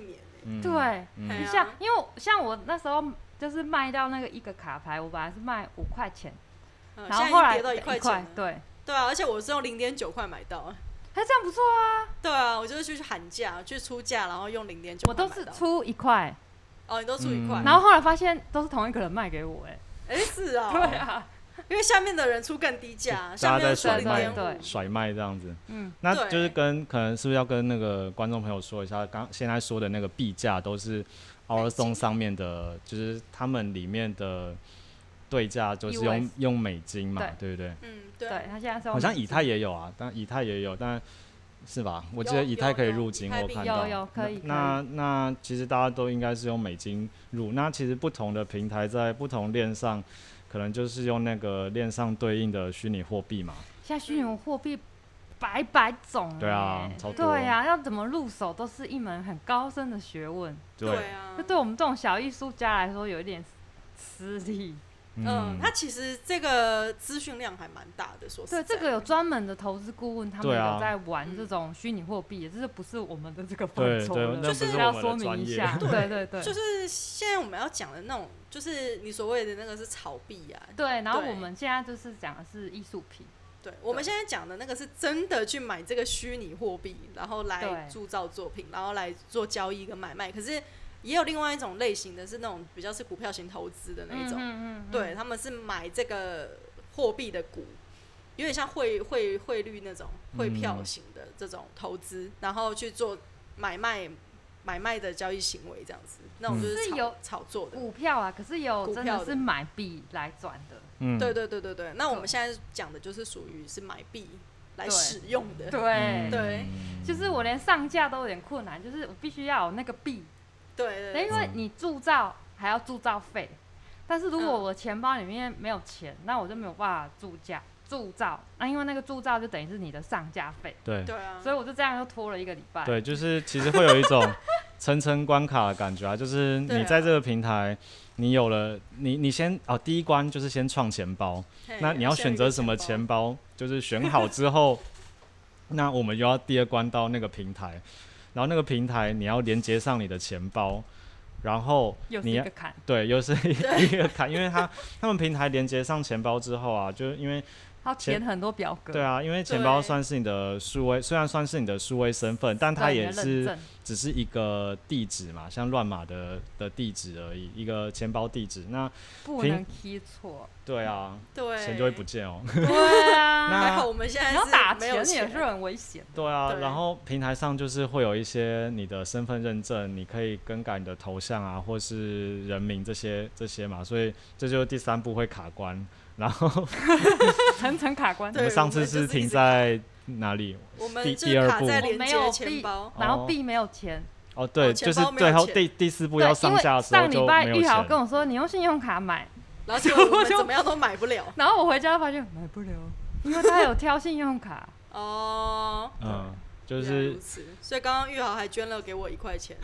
对，因为像我那时候就是卖掉那个一个卡牌，我本来是卖5块钱，然后后来跌到1块钱， 对啊，而且我是用0.9块买到， 这样不错啊。 对啊，我就是去喊价，去出价，然后用0.9块， 我都是出1块。 哦，你都出1块， 然后后来发现都是同一个人卖给我， 是啊， 对啊。 因为下面的人出更低价， 大家在甩卖这样子，那就是可能是不是要跟那个观众朋友说一下，现在说的那个币价都是 OurSong 上面的，就是他们里面的对价就是用美金嘛，对不对？ 对， 他现在是好像以太也有啊，但是吧？我记得以太可以入金，我看到有可以。 那其实大家都应该是用美金入，那其实不同的平台在不同链上。可能就是用那个链上对应的虚拟货币嘛。 现在虚拟货币百种， 对啊，超多。 对啊，要怎么入手都是一门很高深的学问。 对啊， 就对我们这种小艺术家来说，有一点吃力。 它其实这个资讯量还蛮大的，说实在的。 对，这个有专门的投资顾问，他们有在玩这种虚拟货币，这不是我们的这个范畴了， 就是要说明一下。对， 就是现在我们要讲的那种，就是你所谓的那个是炒币啊。 对，然后我们现在就是讲的是艺术品。 对，我们现在讲的那个是真的去买这个虚拟货币，然后来铸造作品，然后来做交易跟买卖。可是也有另外一种类型的是那种比较是股票型投资的那一种，对，他们是买这个货币的股，有点像汇率那种汇票型的这种投资，然后去做买卖的交易行为这样子，那种就是炒作的股票啊，可是有真的是买币来转的。 对，那我们现在讲的就是属于是买币来使用的， 对，就是我连上架都有点困难，就是我必须要有那个币。 对， 因为你铸造还要铸造费，但是如果我钱包里面没有钱，那我就没有办法铸造，那因为那个铸造就等于是你的上架费， 对啊， 所以我就这样又拖了1个礼拜。 对，就是其实会有一种层关卡的感觉啊，就是你在这个平台，你有了你先第一关就是先创钱包，那你要选择什么钱包，就是选好之后，那我们又要第2关到那个平台。然后那个平台你要连接上你的钱包，然后又是一个坎， 对，又是一个坎，因为他们平台连接上钱包之后啊，就因为要填很多表格， 对啊，因为钱包算是你的数位，虽然算是你的数位身份，但它也是只是一个地址嘛，像乱码的地址而已，一个钱包地址，那不能 key 错。 对啊， 对， 钱就会不见哦。 对啊， 还好我们现在你要打钱也是很危险。 对啊，然后平台上就是会有一些你的身份认证，你可以更改你的头像啊，或是人名这些嘛，所以这就是第3步会卡关，然后层卡关。 我们上次是停在哪里？ 我们第2步没有钱包， 然后币没有钱。 哦，对，就是最后第4步要上架的时候就没有钱。 上礼拜玉豪跟我说你用信用卡买。 然后结果我们怎么样都买不了。 然后我回家发现买不了，因为他有挑信用卡。 哦， 就是所以刚刚玉豪还捐了给我1块钱。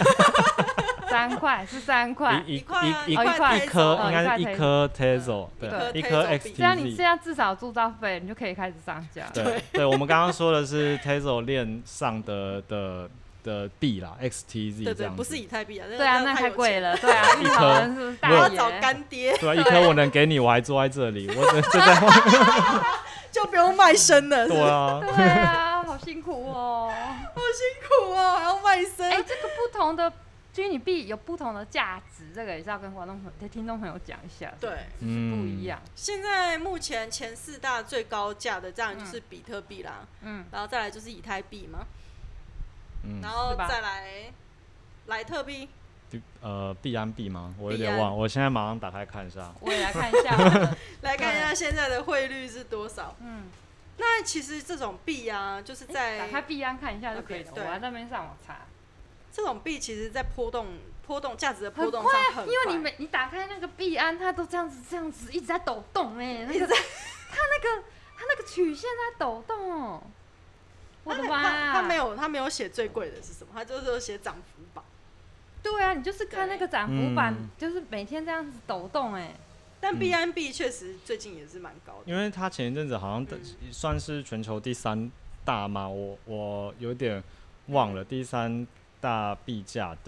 3块是3块， 一块一颗应该是1颗 Tezo， 对，1颗 XTZ。 这样你现在至少铸造费，你就可以开始上架。 对，我们刚刚说的是 Tezo 链上的币啦 ，XTZ 这样子， 不是以太币啊。 对啊，那太贵了。对啊， 一颗是不是大爷？我要找干爹。 对啊，1颗我能给你，我还坐在这里，我就在就不用卖身了。 对啊， 对啊，好辛苦哦， 好辛苦哦，还要卖身。 这个不同的虚拟币有不同的价值，这个也是要跟听众朋友讲一下。 对， 不一样。 现在目前前4大最高价的，这样就是比特币啦，然后再来就是以太币嘛。然后再来莱特币， 币安币吗？我有点忘，我现在马上打开看一下。 我也来看一下， 来看一下现在的汇率是多少。那其实这种币啊，就是在打开币安看一下就可以了。我在那边上网查， 这种币其实在波动价值的波动上很快， 因为你打开那个币安，它都这样子一直在抖动一直在，它那个曲线在抖动哦。我的妈！ 他没有写最贵的是什么，他就是写涨幅榜。 对啊，你就是看那个涨幅榜，就是每天这样子抖动但 BNB 确实最近也是蛮高的， 因为它前一阵子好像算是全球第3大嘛，我有点忘了第3大币价的。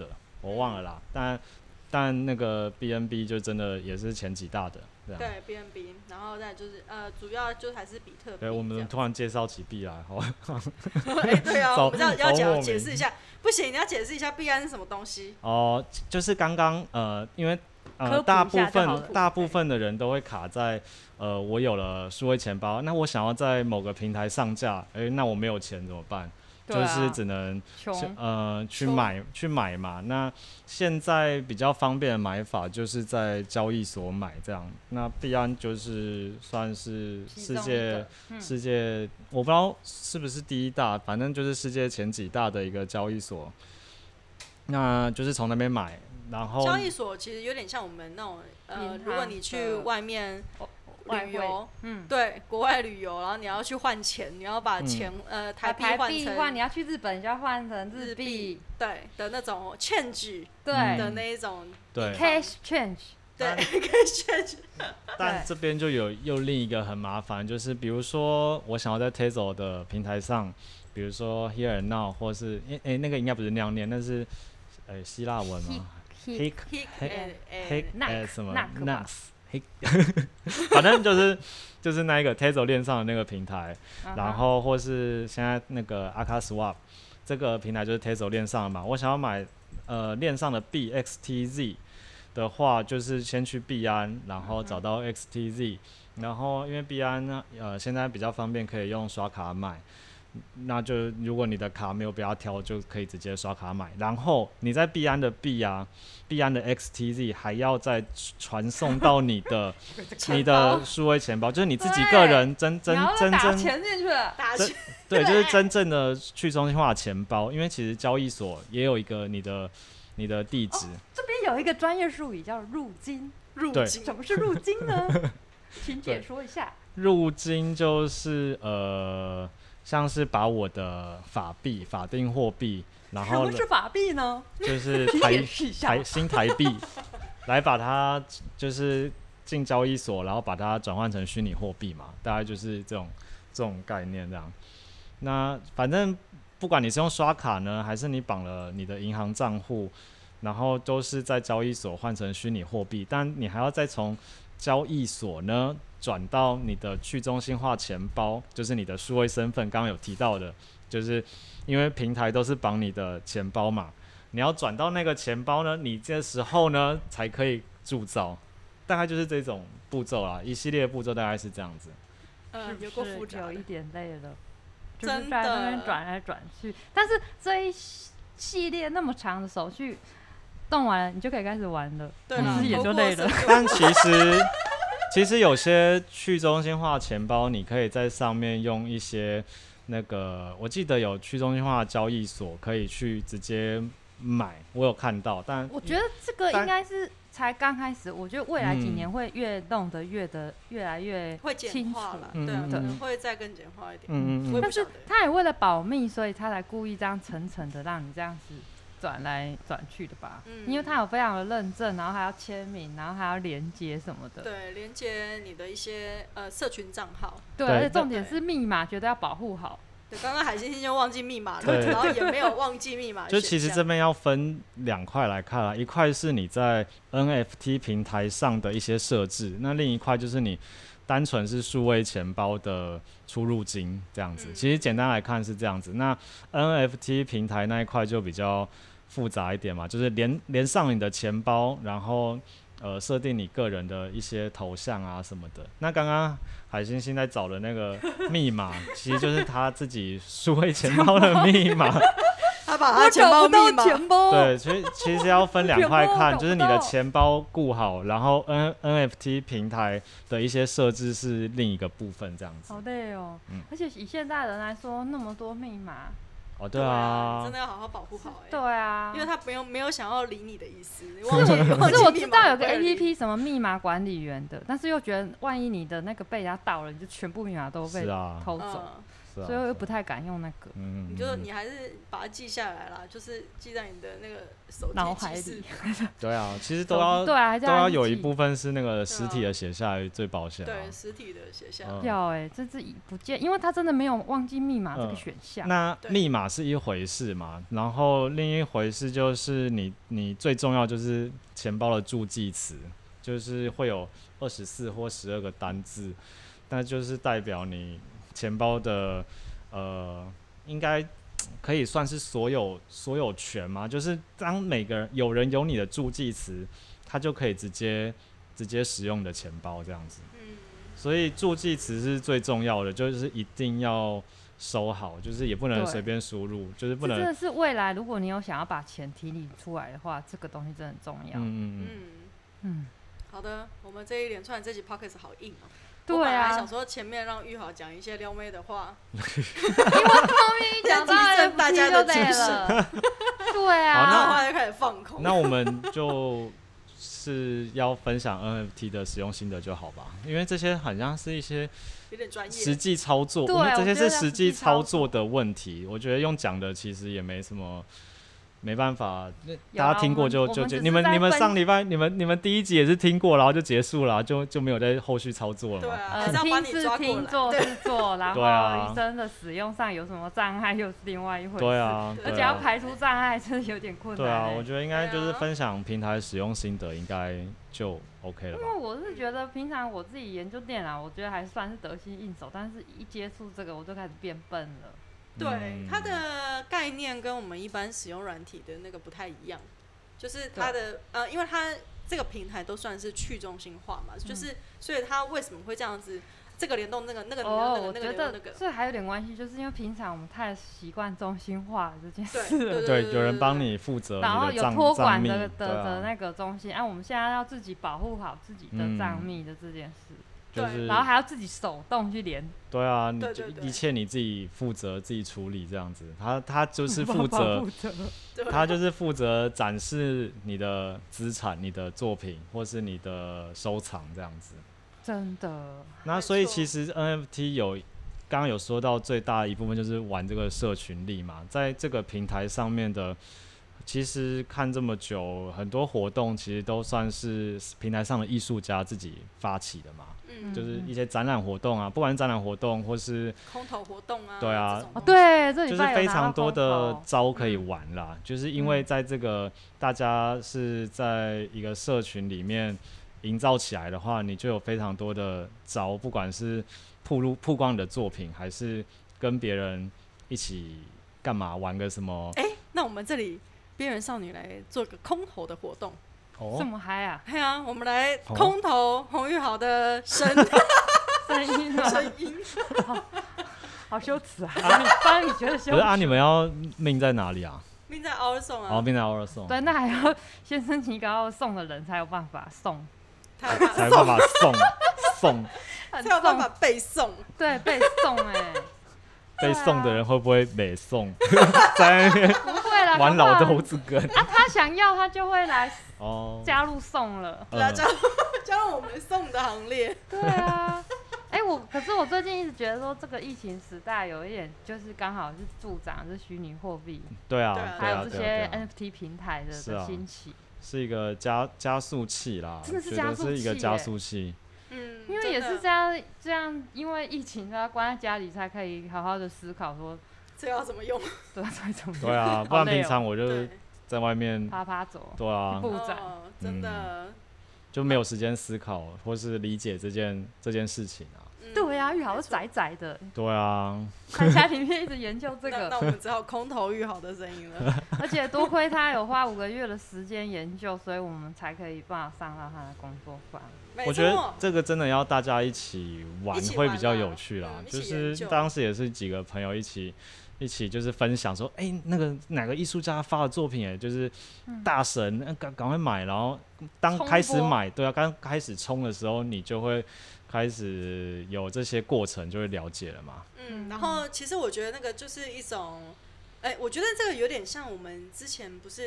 我忘了啦。但那个 BNB 就真的也是前几大的，这样。 对 BNB， 然后再就是主要就还是比特币。 对，我们突然介绍起币来，好。 对啊，我们要解释一下，不行，你要解释一下币安是什么东西。 哦，就是刚刚因为大部分的人都会卡在我有了数位钱包，那我想要在某个平台上架，那我没有钱怎么办？就是只能去买嘛。那现在比较方便的买法就是在交易所买这样。那币安就是算是世界我不知道是不是第一大，反正就是世界前几大的一个交易所。那就是从那边买，然后交易所其实有点像我们那种如果你去外面旅游，对，国外旅游，然后你要去换钱，你要把钱台币换，你要去日本就要换成日币， 对的那种 change， 对的那一种， 对 cash change， 对 cash change。 但这边就又另一个很麻烦，就是比如说我想要在 Tezos 的平台上，比如说 Here and Now， 或是那个应该不是那样念，那是希腊文吗？ Hic 什么 Nas。反正就是那一个 Tezos 链上的那个平台，然后或是现在那个 Akaswap 这个平台就是 Tezos 链上的嘛。我想要买链上的币 XTZ 的话，就是先去币安，然后找到 XTZ， 然后因为币安呢现在比较方便，可以用刷卡买。那就如果你的卡没有被他挑，就可以直接刷卡买。然后你在币安的币安的 XTZ 还要再传送到你的数位钱包，就是你自己个人真正打钱进去了， 对，就是真正的去中心化钱包。因为其实交易所也有一个你的地址。 这边有一个专业术语叫入金。什么是入金呢？请解说一下。 入金就是像是把我的法定货币，然后什么是法币呢？ 就是新台币，来把它就是进交易所，然后把它转换成虚拟货币嘛，大概就是这种概念这样。那反正不管你是用刷卡呢，还是你绑了你的银行账户，然后都是在交易所换成虚拟货币，但你还要再从交易所呢转到你的去中心化钱包，就是你的数位身份，刚刚有提到的，就是因为平台都是绑你的钱包嘛，你要转到那个钱包呢，你这时候呢才可以铸造，大概就是这种步骤啦，一系列的步骤大概是这样子。 有够复杂， 有一点累了，就是在那边转来转去，但是这一系列那么长的手续动完了，你就可以开始玩了， 对啦， 也就累了。 但其实有些去中心化钱包，你可以在上面用一些那个，我记得有去中心化的交易所可以去直接买，我有看到。但我觉得这个应该是才刚开始，我觉得未来几年会弄得越来越会简化了，对，可能会再更简化一点。但是他也为了保密，所以他才故意这样层层的让你这样子转来转去的吧，因为它有非常的认证，然后还要签名，然后还要连接什么的。 对，连接你的一些社群账号。 对，而且重点是密码，觉得要保护好。 对，刚刚海星星就忘记密码了，然后也没有忘记密码。 就其实这边要分两块来看啦，一块是你在 NFT 平台上的一些设置，那另一块就是你单纯是数位钱包的出入金这样子。其实简单来看是这样子。那 NFT 平台那一块就比较复杂一点嘛，就是连上你的钱包，然后设定你个人的一些头像啊什么的。那刚刚海星星在找的那个密码，其实就是他自己数位钱包的密码。 他把他钱包密码， 对，所以其实要分两块看，就是你的钱包顾好，然后 NFT 平台的一些设置是另一个部分，这样子。 好累哦，而且以现在人来说，那么多密码。 哦，对啊， 真的要好好保护好。 对啊， 因为他没有想要理你的意思。 可是我知道有个 APP 什么密码管理员的，但是又觉得万一你的那个被人家盗了，你就全部密码都被偷走。 所以我又不太敢用那个。 你还是把它记下来啦，就是记在你的那个手机脑海里。 对啊，其实都要有一部分是那个实体的写下来最保险。 对，实体的写下来。 要这是不见，因为他真的没有忘记密码这个选项。 那密码是一回事嘛，然后另一回事就是你最重要就是钱包的助记词，就是会有24或12个单字，那就是代表你钱包的应该可以算是所有权嘛，就是当每个人有你的助记词，他就可以直接使用你的钱包这样子。所以助记词是最重要的，就是一定要收好，就是也不能随便输入，就是不能。 真的是未来如果你有想要把钱提领出来的话，这个东西真的很重要。 好的，我们这一连串这集 podcast 好硬哦。 对啊， 我本来想说前面让玉豪讲一些撩妹的话， 因为后面一讲到 NFT 大家的精神。对啊， 然后后来就开始放空。 那我们就是要分享 NFT 的使用心得就好吧，因为这些好像是一些有点专业实际操作，我们这些是实际操作的问题。我觉得用讲的其实也没什么。没办法，大家听过就你们上礼拜你们第一集也是听过，然后就结束了，就没有在后续操作了嘛。 对啊， 听是听，做是做，然后医生的使用上有什么障碍又是另外一回事。 对啊， 而且要排除障碍真的有点困难。 对啊，我觉得应该就是分享平台使用心得，应该就 OK 了吧。 因为我是觉得平常我自己研究电脑，我觉得还算是得心应手，但是一接触这个我就开始变笨了。 对，它的概念跟我们一般使用软体的那个不太一样，就是它的因为它这个平台都算是去中心化嘛，就是所以它为什么会这样子，这个联动那个联动我觉得这还有点关系，就是因为平常我们太习惯中心化的这件事了。 对，有人帮你负责你的账密， 然后有托管的那个中心，我们现在要自己保护好自己的账密的这件事。 就是然后还要自己手动去连。 对啊，一切你自己负责，自己处理这样子。他就是负责，他就是负责展示你的资产、你的作品或是你的收藏这样子。 真的。 那所以其实 NFT 刚刚有说到最大的一部分就是玩这个社群力嘛，在这个平台上面的。其实看这么久，很多活动其实都算是平台上的艺术家自己发起的嘛，就是一些展览活动啊，不管是展览活动或是空投活动啊， 对啊， 对，这就是非常多的招可以玩啦。就是因为在这个大家是在一个社群里面营造起来的话，你就有非常多的招，不管是曝光你的作品，还是跟别人一起干嘛玩个什么。 那我们这里。边缘少女来做个空投的活动， 这么嗨啊！ 对啊，我们来空投洪玉豪的声音， 好羞耻啊！帮你觉得羞耻。 可是你们要命在哪里啊？ 命在 Our Song 啊！ 命在 Our Song。 对，那还要先申请一个要送的人才有办法送， 才有办法送， 才有办法背诵。 对，背诵被送的人会不会没送？在那边玩老豆子梗啊？他想要，他就会来加入送了， 加入我们送的行列。 对啊，可是我最近一直觉得说，这个疫情时代有一点就是刚好是助长是虚拟货币， 对啊， 还有这些 NFT 平台的兴起， 是一个加速器啦， 真的是加速器， 是一个加速器。 因为也是这样，因为疫情，他关在家里才可以好好的思考说这要怎么用。 对，怎么用？ 对啊，不然平常我就在外面趴走。 对啊， 布展， 真的就没有时间思考或是理解这件事情啊。 对啊，玉豪是宅宅的。 对啊， 在家里面一直研究这个。 那我们只好空投玉豪的声音了。 而且多亏他有花5个月的时间研究，所以我们才可以办法上到他的工作坊。 我觉得这个真的要大家一起玩会比较有趣啦。就是当时也是几个朋友一起就是分享说，那个哪个艺术家发的作品，就是大神，赶快买。然后当开始买，对啊，刚开始冲的时候，你就会开始有这些过程，就会了解了嘛。 然后其实我觉得那个就是一种，我觉得这个有点像我们之前不是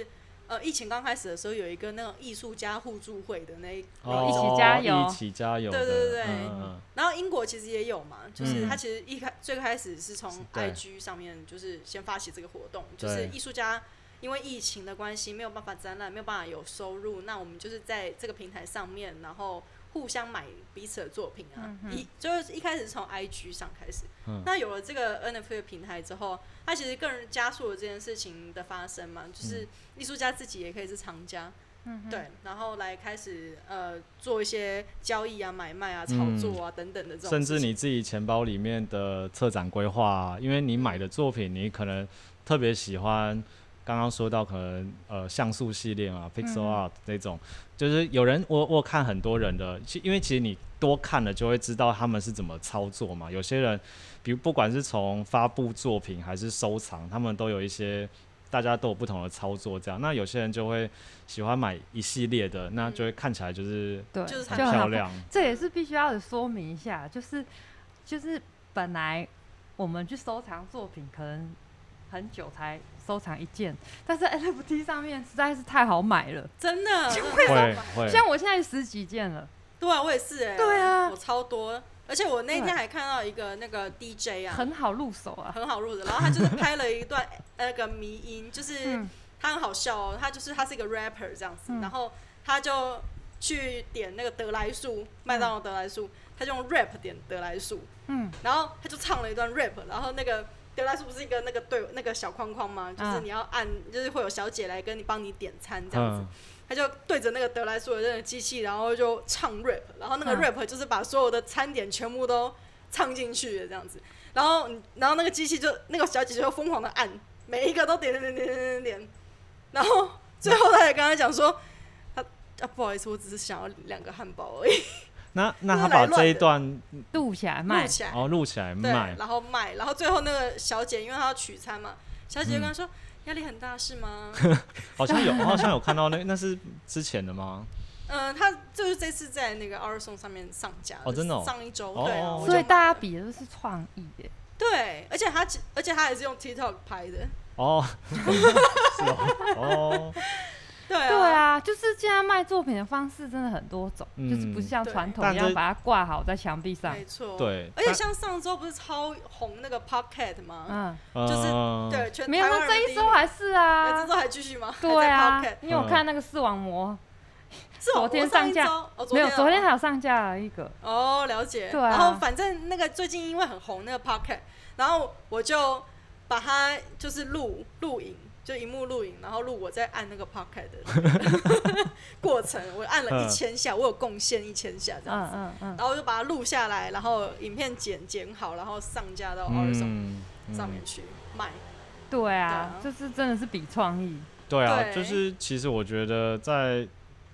疫情刚开始的时候，有一个那种艺术家互助会的那一起加油， 一起加油， 对。然后英国其实也有嘛，就是他其实最开始是从 IG 上面就是先发起这个活动，就是艺术家因为疫情的关系没有办法展览，没有办法有收入，那我们就是在这个平台上面，然后互相买彼此的作品啊，就是一开始从 IG 上开始，那有了这个 NFT 的平台之后，它其实更加速了这件事情的发生嘛，就是艺术家自己也可以是藏家，对，然后来开始做一些交易啊、买卖啊、操作啊等等的这种， 甚至你自己钱包里面的策展规划啊，因为你买的作品，你可能特别喜欢。刚刚说到可能像素系列嘛 ，pixel art 那种，就是有人我看很多人的，因为其实你多看了就会知道他们是怎么操作嘛。有些人，比如不管是从发布作品还是收藏，他们都有一些大家都有不同的操作这样。那有些人就会喜欢买一系列的，那就会看起来就是很漂亮。 这也是必须要说明一下，就是本来我们去收藏作品可能很久才收藏一件，但是 NFT 上面实在是太好买了， 真的会像我现在10几件了。 对啊，我也是对啊， 我超多，而且我那天还看到一个那个 DJ 啊， 很好入手啊， 很好入手。然后他就是拍了一段那个迷音，就是他很好笑哦，他是一个 rapper 这样子，然后他就去点那个德莱树，麦当劳德莱树，他就用 rap 点德莱树，然后他就唱了一段 rap， 然后那个。德莱树不是一个那个小框框吗？就是你要按，就是会有小姐来帮你点餐这样子。他就对着那个德莱树的那个机器，然后就唱 rap， 然后那个 rap 就是把所有的餐点全部都唱进去的这样子。然后那个机器那个小姐就疯狂的按，每一个都点，然后最后他也跟他讲说，不好意思，我只是想要2个汉堡而已。 那他把这一段录起来卖， 录起来卖， 然后卖，然后最后那个小姐因为她要取餐嘛，小姐就跟她说压力很大是吗？ 好像有看到那是之前的吗？ 他就是这次在那个 OurSong 上面上架的， 真的上一周，对啊， 所以大家比的都是创意耶。 对，而且他也是用 TikTok 拍的。 是哦。 对啊，就是现在卖作品的方式真的很多种，就是不像传统一样把它挂好在墙壁上。 没错， 对。 而且像上周不是超红那个 Pocket 吗？就是对， 没有，这一周还是啊， 这周还继续吗？ 对啊，因为我看那个视网膜，昨天上架，没有，昨天还有上架了一个。 了解。 对啊。 然后反正那个最近因为很红那个 Pocket， 然后我就把它就是录影。就荧幕录影，然后录我在按那个 Pocket 的过程，我按了1000下，我有贡献1000下这样子，然后就把它录下来，然后影片剪好，然后上架到 OurSong 上面去卖。 对啊，就是真的是比创意。 对啊，就是其实我觉得在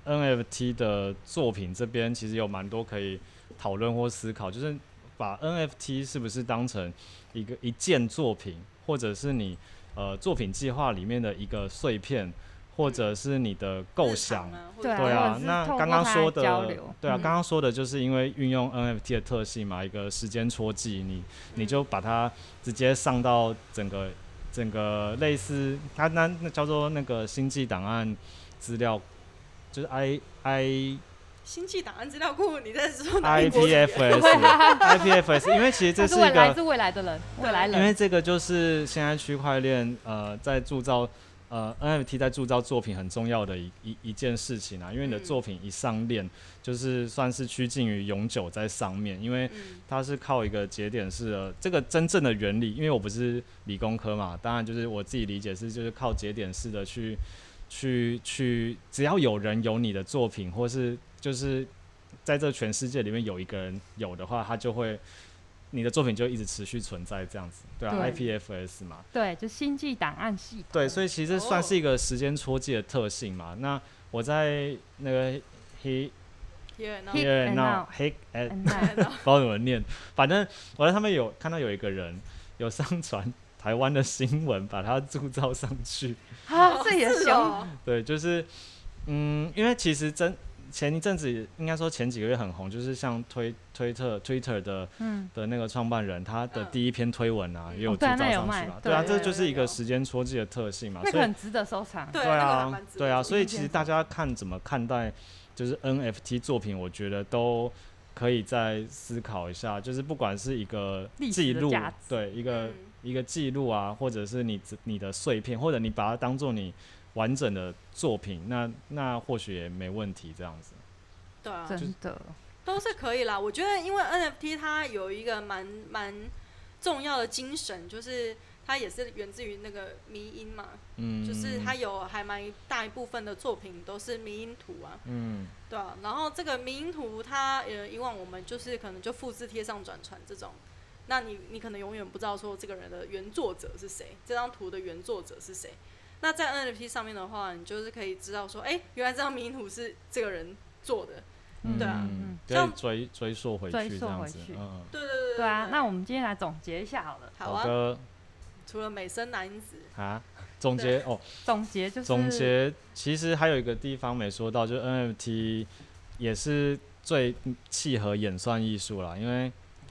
NFT 的作品这边，其实有蛮多可以讨论或思考，就是把 NFT 是不是当成一件作品，或者是你。作品计划里面的一个碎片，或者是你的构想， 对啊，那刚刚说的，对啊，刚刚说的就是因为运用 NFT 的特性嘛，一个时间戳记，你就把它直接上到整个类似它那叫做那个星际档案资料，就是星际档案资料库，你在说 IPFS， 因为其实这是一个来自未来的人，未来人。 因为这个就是现在区块链在铸造NFT 在铸造作品很重要的一件事情啊，因为你的作品一上链，就是算是趋近于永久在上面，因为它是靠一个节点式的这个真正的原理，因为我不是理工科嘛，当然就是我自己理解就是靠节点式的去，只要有人有你的作品，或是就是在这全世界里面有一个人有的话，他就会你的作品就一直持续存在这样子，对啊 ，IPFS 嘛， 对，就星际档案系统， 对，所以其实算是一个时间戳记的特性嘛。那我在那个 Here and Now， 不知道怎么念，反正我在上面有看到有一个人有上传台湾的新闻，把它铸造上去。 这也行。 对，就是因为其实前一阵子应该说前几个月很红，就是像Twitter 的那个创办人，他的第一篇推文啊，也有铸造上去嘛。对啊，这就是一个时间戳记的特性嘛。 那个很值得收藏。 对啊，所以其实大家怎么看待就是 NFT 作品，我觉得都可以再思考一下，就是不管是一个记录，对一个记录啊，或者是你的碎片，或者你把它当做你完整的作品，那或许也没问题，这样子。 对啊， 真的都是可以啦。我觉得，因为 NFT 它有一个蛮重要的精神，就是它也是源自于那个迷因嘛，就是它有还蛮大一部分的作品都是迷因图啊，对啊。然后这个迷因图它以往我们就是可能就复制贴上转传这种。那你可能永远不知道说这个人的原作者是谁，这张图的原作者是谁。那在 NFT 上面的话，你就是可以知道说，原来这张迷因图是这个人做的，对啊， 可以追溯回去这样子。 对啊。那我们今天来总结一下好了。 好啊。除了美声男子啊，总结就是总结，其实还有一个地方没说到，就是 NFT 也是最契合演算艺术啦，因为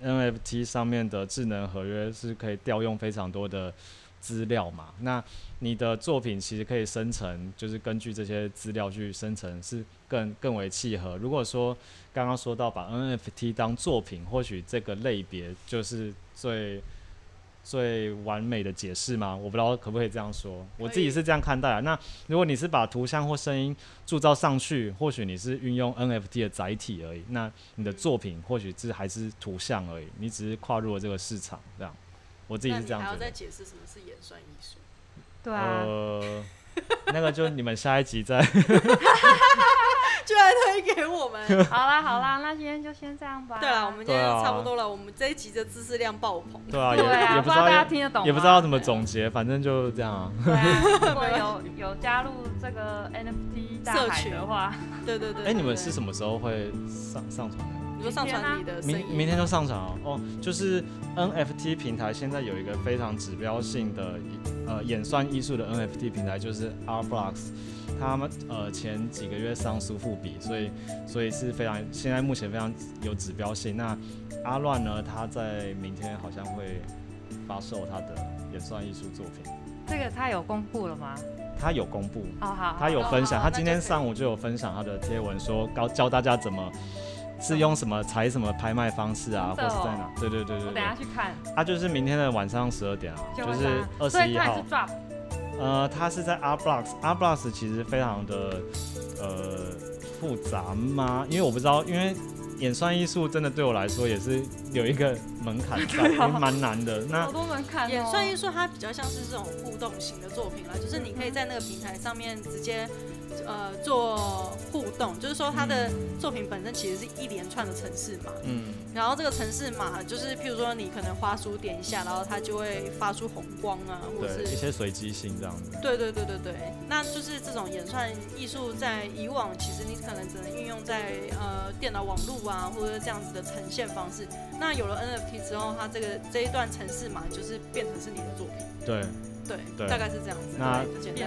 NFT 上面的智能合约是可以调用非常多的资料嘛，那你的作品其实可以生成，就是根据这些资料去生成，是更为契合。如果说刚刚说到把 NFT 当作品，或许这个类别就是最完美的解释吗？我不知道可不可以这样说，我自己是这样看待啊。那如果你是把图像或声音铸造上去，或许你是运用 NFT 的载体而已，那你的作品或许还是图像而已，你只是跨入了这个市场，这样。我自己是这样觉得。 那你还要再解释什么是演算艺术？ 对啊。 那个就你们下一集再。 就来推给我们。 好啦，那今天就先这样吧。 对啦，我们今天差不多了，我们这一集的知识量爆棚。 对啊， 也不知道大家听得懂吗， 也不知道怎么总结，反正就这样啊。 对啊，如果有加入这个 NFT 大海的话， 对。 你们是什么时候会上传的？ 你说上传你的声音？ 明天就上传哦。就是 NFT 平台现在有一个非常指标性的演算艺术的 NFT 平台，就是 Art-Blocks。他们前几个月上苏富比，所以是现在目前非常有指标性。那阿乱呢，他在明天好像会发售他的演算艺术作品。 这个他有公布了吗？ 他有公布， 好， 他有分享，他今天上午就有分享他的贴文，说教大家怎么是用什么采什么拍卖方式啊，或是在哪？对， 我等一下去看。 他就是明天的晚上12点啊，就是21号。 所以他也是 drop。 它是在 Art-Blocks 其实非常的复杂吗？因为我不知道，因为演算艺术真的对我来说也是有一个门槛在，也蛮难的。那好多门槛。 演算艺术它比较像是这种互动型的作品啦，就是你可以在那个平台上面直接做互动，就是说它的作品本身其实是一连串的程式码，然后这个程式码就是譬如说你可能滑鼠点一下，然后它就会发出红光啊，或者是一些随机性这样子。 对，那就是这种演算艺术在以往其实你可能只能运用在电脑网络啊，或者这样子的呈现方式。那有了 NFT 之后，它这一段程式码就是变成是你的作品。对，大概是这样子。 那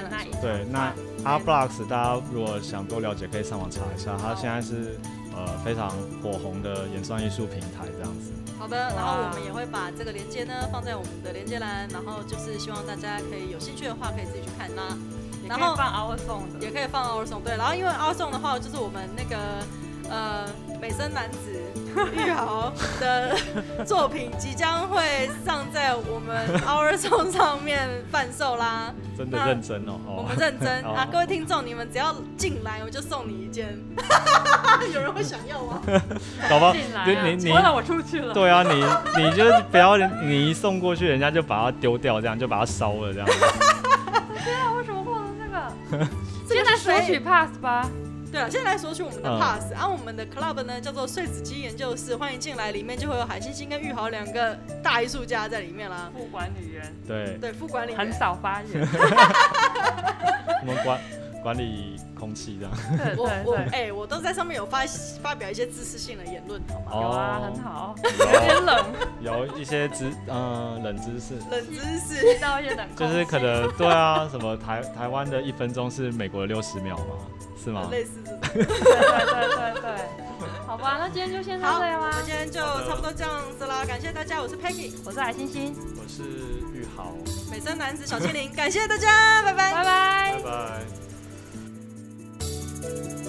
Art-Blocks 大家如果想多了解，可以上网查一下。它现在是非常火红的演算艺术平台这样子。 好的，然后我们也会把这个连结呢放在我们的连结栏，然后就是希望大家可以有兴趣的话可以自己去看啦。 然后放 Our Song 的， 也可以放 Our Song。对，然后因为 Our Song 的话，就是我们那个美声男子玉豪的作品即将会上在我们 Our Song 上面贩售啦。 真的认真哦。 我们认真啊，各位听众，你们只要进来，我就送你一件。有人会想要吗？ 搞不好你让我出去了。 对啊，你就是不要你一送过去，人家就把它丢掉，这样就把它烧了这样。 天啊，为什么获得这个？现在索取 pass 吧。 对了，现在来索取我们的 pass，我们的 club 呢叫做碎子鸡研究室，欢迎进来，里面就会有海星星跟玉豪两个大艺术家在里面啦。 副管理员。 对，副管理员很少发言。 我们管理空气这样。 我都在上面有发表一些知识性的言论，好吗？ 有啊，很好。有点冷。 有一些冷知识。 知道一些冷。 就是可能对啊，什么台湾的1分钟是美国的60秒吗？ 是吗？ 类似这种。 对，好吧，那今天就先到这里啦。 我们今天就差不多这样子啦，感谢大家，我是 Peggy， 我是海星星， 我是玉豪， 美声男子小精灵，感谢大家，拜拜， 拜拜， 拜拜。